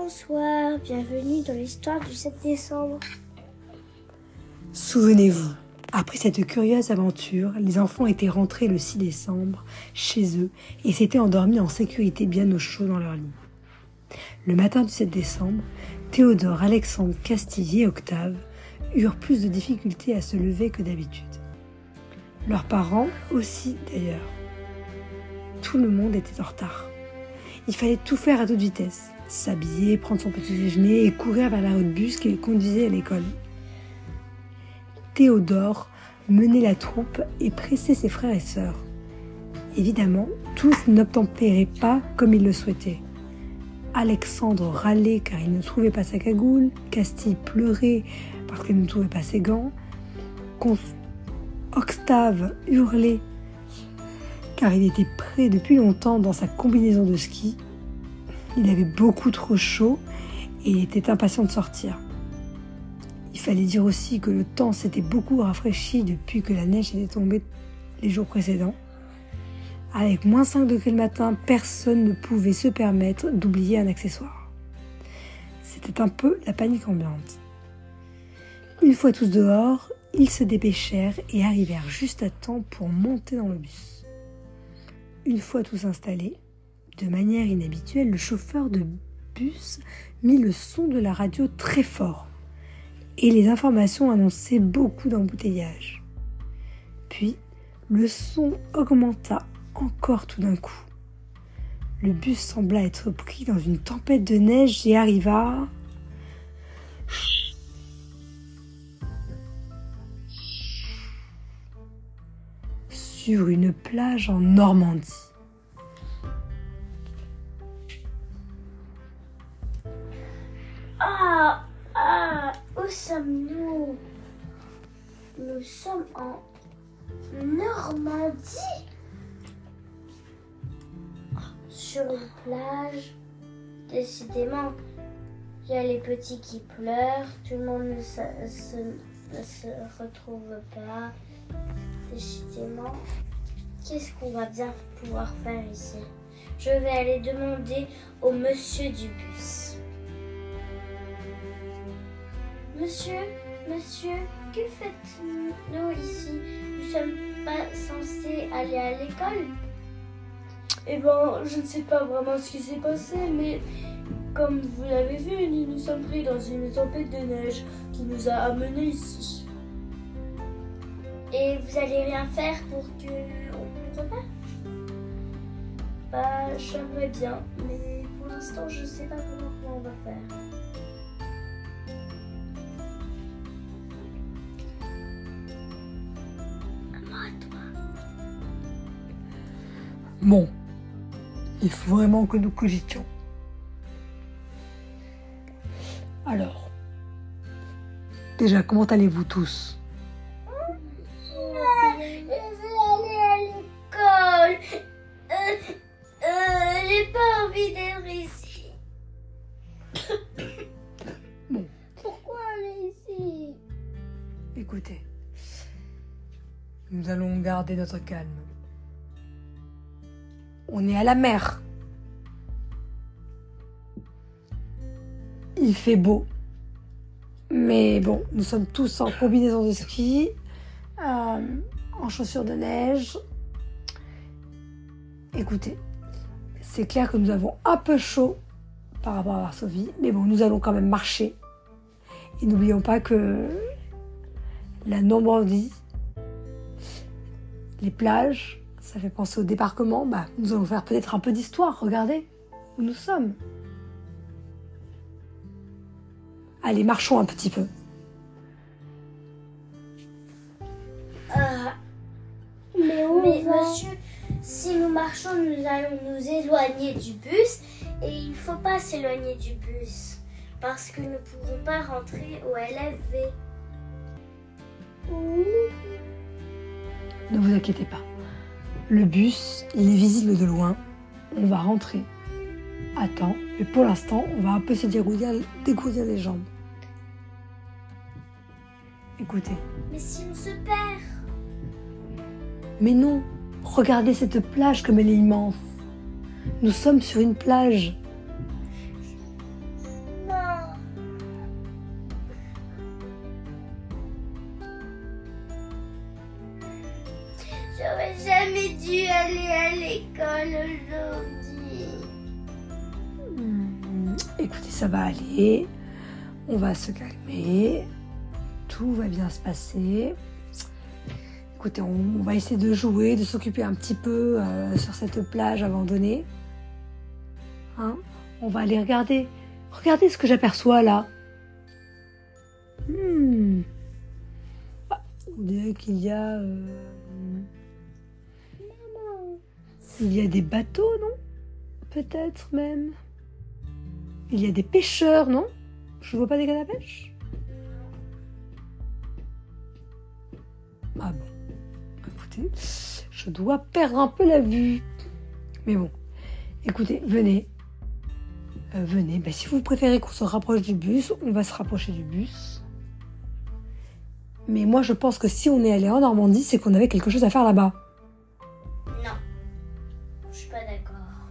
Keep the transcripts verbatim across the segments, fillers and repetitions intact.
Bonsoir, bienvenue dans l'histoire du sept décembre. Souvenez-vous, après cette curieuse aventure, les enfants étaient rentrés le six décembre chez eux et s'étaient endormis en sécurité bien au chaud dans leur lit. Le matin du sept décembre, Théodore, Alexandre, Castille et Octave eurent plus de difficultés à se lever que d'habitude. Leurs parents aussi d'ailleurs. Tout le monde était en retard. Il fallait tout faire à toute vitesse, s'habiller, prendre son petit déjeuner et courir vers la rue de bus qui les conduisait à l'école. Théodore menait la troupe et pressait ses frères et sœurs. Évidemment, tous n'obtempéraient pas comme il le souhaitait. Alexandre râlait car il ne trouvait pas sa cagoule, Castille pleurait parce qu'il ne trouvait pas ses gants, Octave hurlait car il était prêt depuis longtemps dans sa combinaison de ski. Il avait beaucoup trop chaud et il était impatient de sortir. Il fallait dire aussi que le temps s'était beaucoup rafraîchi depuis que la neige était tombée les jours précédents. Avec moins cinq degrés le matin, personne ne pouvait se permettre d'oublier un accessoire. C'était un peu la panique ambiante. Une fois tous dehors, ils se dépêchèrent et arrivèrent juste à temps pour monter dans le bus. Une fois tous installés, de manière inhabituelle, le chauffeur de bus mit le son de la radio très fort et les informations annonçaient beaucoup d'embouteillages. Puis, le son augmenta encore tout d'un coup. Le bus sembla être pris dans une tempête de neige et arriva sur une plage en Normandie. Ah, ah, où sommes-nous? Nous sommes en Normandie. Sur une plage. Décidément, il y a les petits qui pleurent. Tout le monde ne se, se, ne se retrouve pas. Décidément, qu'est-ce qu'on va bien pouvoir faire ici? Je vais aller demander au monsieur du bus. Monsieur, monsieur, que faites-nous ici? Nous ne sommes pas censés aller à l'école? Eh ben, je ne sais pas vraiment ce qui s'est passé, mais comme vous l'avez vu, nous nous sommes pris dans une tempête de neige qui nous a amenés ici. Et vous allez rien faire pour que on repart? Bah, j'aimerais bien, mais pour l'instant, je ne sais pas comment, comment on va faire. Bon, il faut vraiment que nous cogitions. Alors, déjà, comment allez-vous tous? Je veux aller à l'école. Euh, euh, j'ai pas envie d'être ici. Bon. Pourquoi aller ici? Écoutez, nous allons garder notre calme. On est à la mer. Il fait beau. Mais bon, nous sommes tous en combinaison de ski, euh, en chaussures de neige. Écoutez, c'est clair que nous avons un peu chaud par rapport à Varsovie, mais bon, nous allons quand même marcher. Et n'oublions pas que la Normandie, les plages, ça fait penser au débarquement. Bah, nous allons faire peut-être un peu d'histoire. Regardez où nous sommes. Allez, marchons un petit peu. Euh, mais où mais monsieur, si nous marchons, nous allons nous éloigner du bus. Et il ne faut pas s'éloigner du bus. Parce que nous ne pourrons pas rentrer au L F V. Ne vous inquiétez pas. Le bus, il est visible de loin. On va rentrer à temps. Mais pour l'instant, on va un peu se dégourdir, dégourdir les jambes. Écoutez. Mais si on se perd? Mais non. Regardez cette plage comme elle est immense. Nous sommes sur une plage. J'aurais jamais dû aller à l'école aujourd'hui. Hmm, écoutez, ça va aller. On va se calmer. Tout va bien se passer. Écoutez, on, on va essayer de jouer, de s'occuper un petit peu euh, sur cette plage abandonnée. Hein? On va aller regarder. Regardez ce que j'aperçois là. Hmm. Ah, on dirait qu'il y a... Euh... Il y a des bateaux, non? Peut-être même. Il y a des pêcheurs, non? Je vois pas des cannes à pêche? Ah bon. Écoutez, je dois perdre un peu la vue. Mais bon, écoutez, venez. Euh, venez. Ben, si vous préférez qu'on se rapproche du bus, on va se rapprocher du bus. Mais moi, je pense que si on est allé en Normandie, c'est qu'on avait quelque chose à faire là-bas. Non, je suis pas d'accord.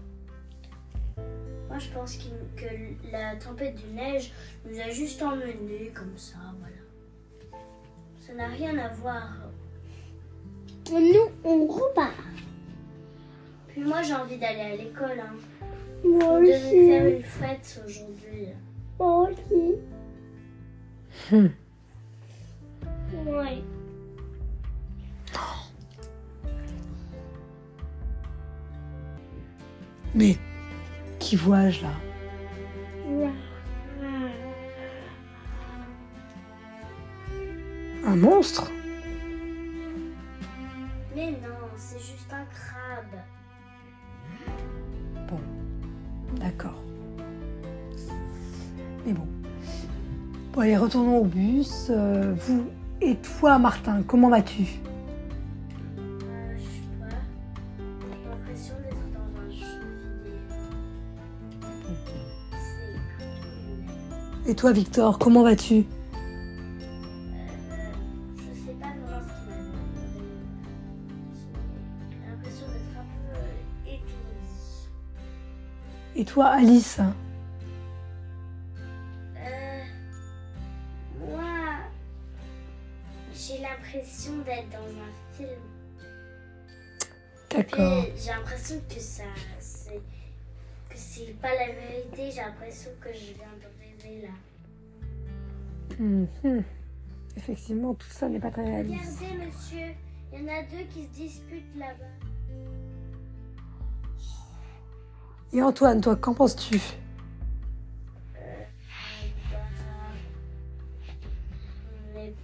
Moi, je pense qu'il- que la tempête de neige nous a juste emmenés comme ça, voilà. Ça n'a rien à voir. Nous, on repart. Puis moi, j'ai envie d'aller à l'école. Hein. Moi On devait faire aussi. une fête aujourd'hui. Moi aussi. Hmm. Ouais. Mais, qui vois-je là? Un monstre? Mais non, c'est juste un crabe. Bon, d'accord. Mais bon. Bon, allez, retournons au bus. Euh, vous et toi, Martin, comment vas-tu? Euh, je sais pas. J'ai l'impression d'être dans un jeu vidéo. C'est plutôt une... Et toi, Victor, comment vas-tu? Euh, je sais pas vraiment ce qui m'a donné. J'ai l'impression d'être un peu euh, étourdie. Et toi, Alice? Euh, moi, j'ai l'impression d'être dans un film. D'accord. Puis, j'ai l'impression que ça, c'est que c'est pas la vérité. J'ai l'impression que je viens de rêver là. Mhm. Effectivement, tout ça n'est pas très réaliste. Regardez, monsieur, il y en a deux qui se disputent là-bas. Et Antoine, toi, qu'en penses-tu? Euh, bah, on est-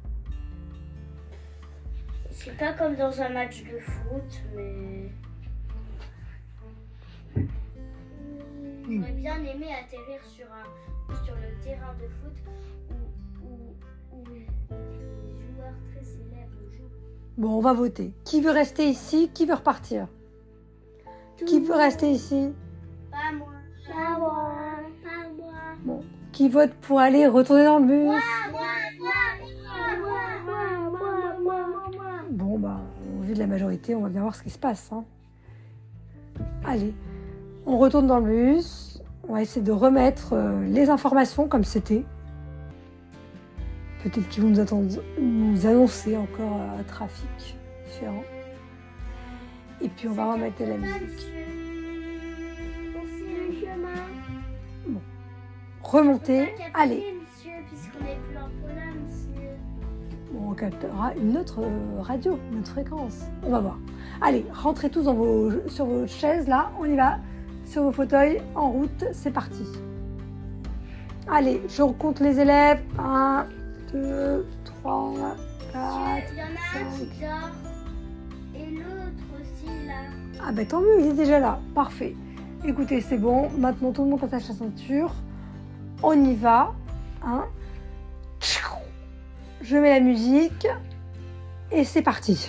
C'est pas comme dans un match de foot, mais j'aurais bien aimé atterrir sur un sur le terrain de foot où, où, où des joueurs très célèbres jouent. Bon, on va voter. Qui veut rester ici? Qui veut repartir? Qui veut rester ici? Pas moi. Pas moi. Pas moi. Bon. Qui vote pour aller retourner dans le bus? Moi, moi, moi, moi, moi, moi, moi, moi. Bon, bah, au vu de la majorité, on va bien voir ce qui se passe. Hein. Allez, on retourne dans le bus. On va essayer de remettre euh, les informations comme c'était. Peut-être qu'ils vont nous, attendre, nous annoncer encore un trafic différent. Et puis on va remettre de la musique. Poursuivre le chemin. Remonter, allez. Monsieur, puisqu'on n'est plus en Pologne, monsieur. Bon, on captera une autre euh, radio, une autre fréquence. On va voir. Allez, rentrez tous dans vos, sur vos chaises, là. On y va. Sur vos fauteuils, en route, c'est parti. Allez, je compte les élèves. Un, deux, trois, quatre, Il y en a un qui cinq. dort et l'autre aussi là. Ah ben tant mieux, il est déjà là. Parfait. Écoutez, c'est bon. Maintenant, tout le monde attache sa ceinture. On y va. Hein. Je mets la musique. Et c'est parti.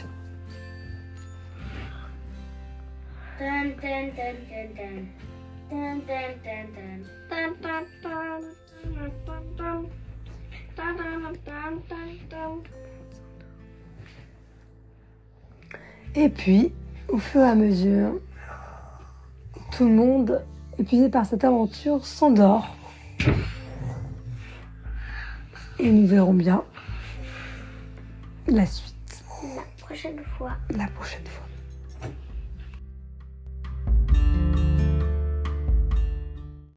Tan, tan, tan, tan, tan. Tan, tan, tan, tan. Tan, tan, tan. Tan, tan. Tan, tan, tan, tan, tan. Et puis, au fur et à mesure, tout le monde, épuisé par cette aventure, s'endort. Et nous verrons bien la suite. La prochaine fois. La prochaine fois.